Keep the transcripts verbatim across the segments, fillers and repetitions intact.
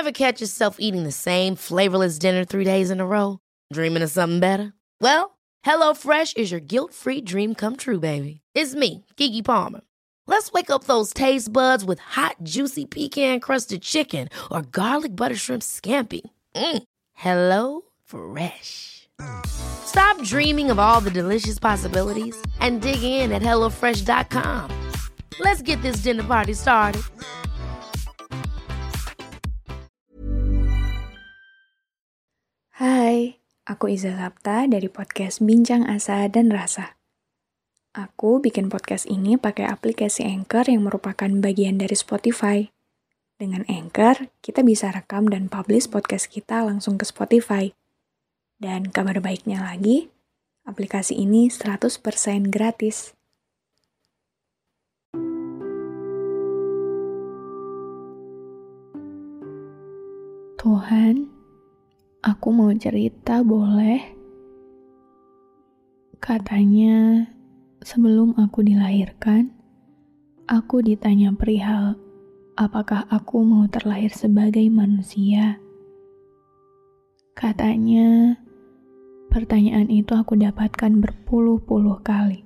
Ever catch yourself eating the same flavorless dinner three days in a row? Dreaming of something better? Well, HelloFresh is your guilt-free dream come true, baby. It's me, Keke Palmer. Let's wake up those taste buds with hot, juicy pecan-crusted chicken or garlic butter shrimp scampi. Mm. Hello Fresh. Stop dreaming of all the delicious possibilities and dig in at hello fresh dot com. Let's get this dinner party started. Hai, aku Iza Sapta dari podcast Bincang Asa dan Rasa. Aku bikin podcast ini pakai aplikasi Anchor yang merupakan bagian dari Spotify. Dengan Anchor, kita bisa rekam dan publish podcast kita langsung ke Spotify. Dan kabar baiknya lagi, aplikasi ini seratus persen gratis. Tuhan, aku mau cerita boleh? Katanya, sebelum aku dilahirkan, aku ditanya perihal apakah aku mau terlahir sebagai manusia. Katanya, pertanyaan itu aku dapatkan berpuluh-puluh kali.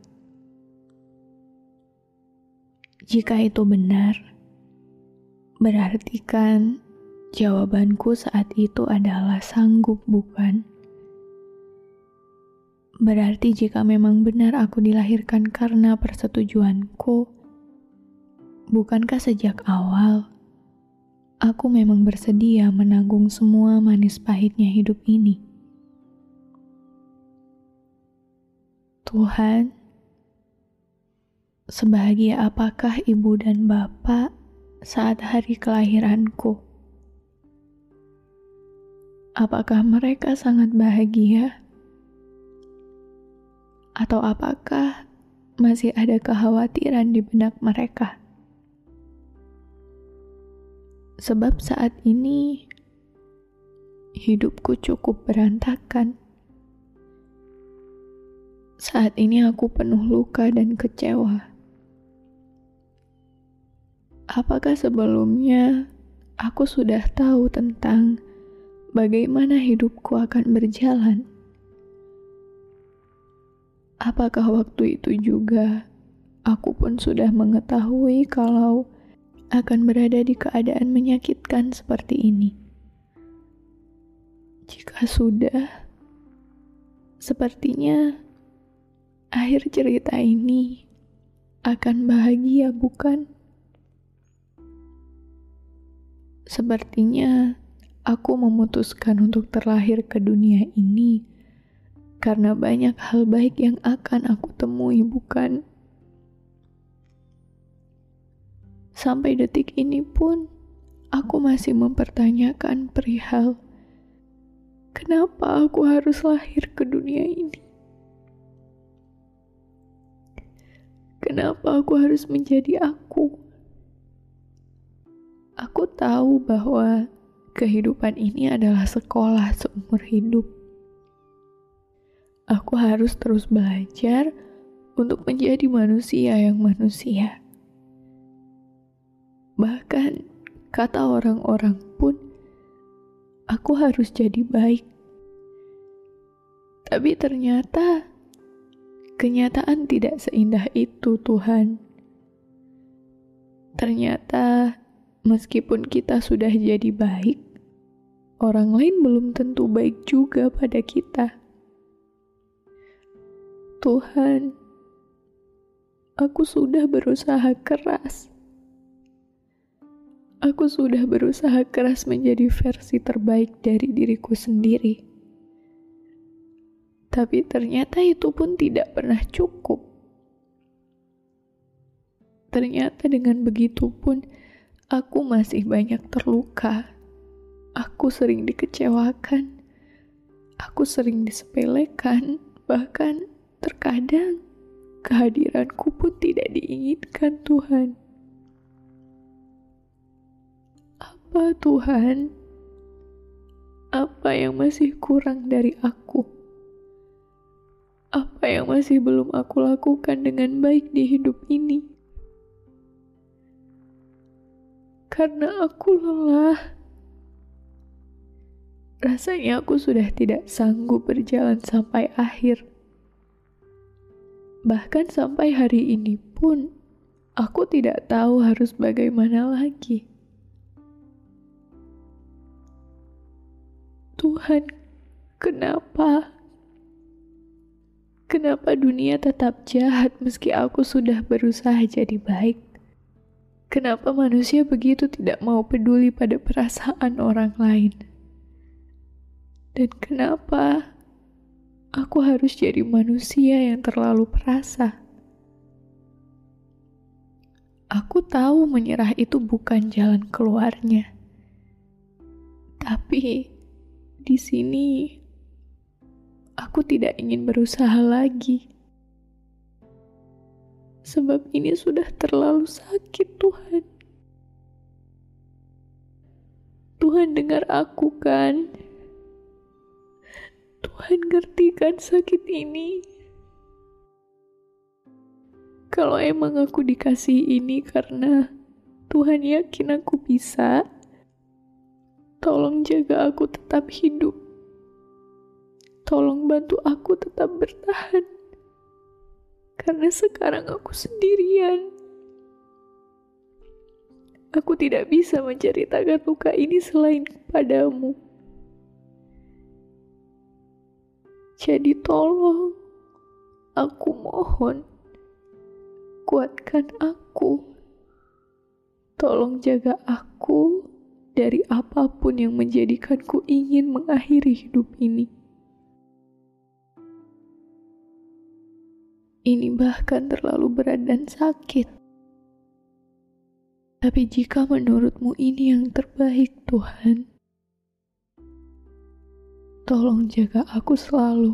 Jika itu benar, berarti kan jawabanku saat itu adalah sanggup, bukan? Berarti jika memang benar aku dilahirkan karena persetujuanku, bukankah sejak awal aku memang bersedia menanggung semua manis pahitnya hidup ini? Tuhan, sebahagia apakah ibu dan bapak saat hari kelahiranku? Apakah mereka sangat bahagia? Atau apakah masih ada kekhawatiran di benak mereka? Sebab saat ini, hidupku cukup berantakan. Saat ini aku penuh luka dan kecewa. Apakah sebelumnya aku sudah tahu tentang bagaimana hidupku akan berjalan? Apakah waktu itu juga aku pun sudah mengetahui kalau akan berada di keadaan menyakitkan seperti ini? Jika sudah, sepertinya akhir cerita ini akan bahagia, bukan? Sepertinya aku memutuskan untuk terlahir ke dunia ini karena banyak hal baik yang akan aku temui, bukan? Sampai detik ini pun, aku masih mempertanyakan perihal kenapa aku harus lahir ke dunia ini? Kenapa aku harus menjadi aku? Aku tahu bahwa kehidupan ini adalah sekolah seumur hidup. Aku harus terus belajar untuk menjadi manusia yang manusia. Bahkan, kata orang-orang pun, aku harus jadi baik. Tapi ternyata, kenyataan tidak seindah itu, Tuhan. Ternyata, meskipun kita sudah jadi baik, orang lain belum tentu baik juga pada kita. Tuhan, aku sudah berusaha keras. Aku sudah berusaha keras menjadi versi terbaik dari diriku sendiri. Tapi ternyata itu pun tidak pernah cukup. Ternyata dengan begitu pun, aku masih banyak terluka. Aku sering dikecewakan. Aku sering disepelekan. Bahkan terkadang kehadiranku pun tidak diinginkan, Tuhan. Apa, Tuhan? Apa yang masih kurang dari aku? Apa yang masih belum aku lakukan dengan baik di hidup ini? Karena aku lelah. Rasanya aku sudah tidak sanggup berjalan sampai akhir. Bahkan sampai hari ini pun, aku tidak tahu harus bagaimana lagi. Tuhan, kenapa? Kenapa dunia tetap jahat meski aku sudah berusaha jadi baik? Kenapa manusia begitu tidak mau peduli pada perasaan orang lain? Dan kenapa aku harus jadi manusia yang terlalu perasa? Aku tahu menyerah itu bukan jalan keluarnya. Tapi di sini aku tidak ingin berusaha lagi. Sebab ini sudah terlalu sakit, Tuhan. Tuhan dengar aku kan? Tuhan ngerti kan sakit ini? Kalau emang aku dikasih ini karena Tuhan yakin aku bisa, tolong jaga aku tetap hidup. Tolong bantu aku tetap bertahan. Karena sekarang aku sendirian. Aku tidak bisa menceritakan luka ini selain kepadamu. Jadi tolong, aku mohon, kuatkan aku. Tolong jaga aku dari apapun yang menjadikanku ingin mengakhiri hidup ini. Ini bahkan terlalu berat dan sakit. Tapi jika menurutmu ini yang terbaik, Tuhan, tolong jaga aku selalu.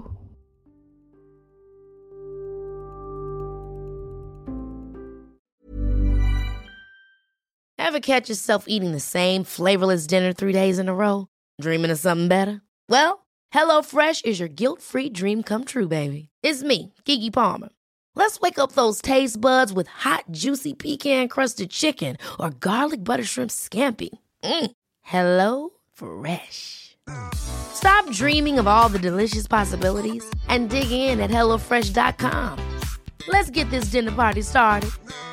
Ever catch yourself eating the same flavorless dinner three days in a row? Dreaming of something better? Well, HelloFresh is your guilt-free dream come true, baby. It's me, Keke Palmer. Let's wake up those taste buds with hot, juicy pecan-crusted chicken or garlic butter shrimp scampi. Mm. Hello Fresh. Stop dreaming of all the delicious possibilities and dig in at hello fresh dot com. Let's get this dinner party started.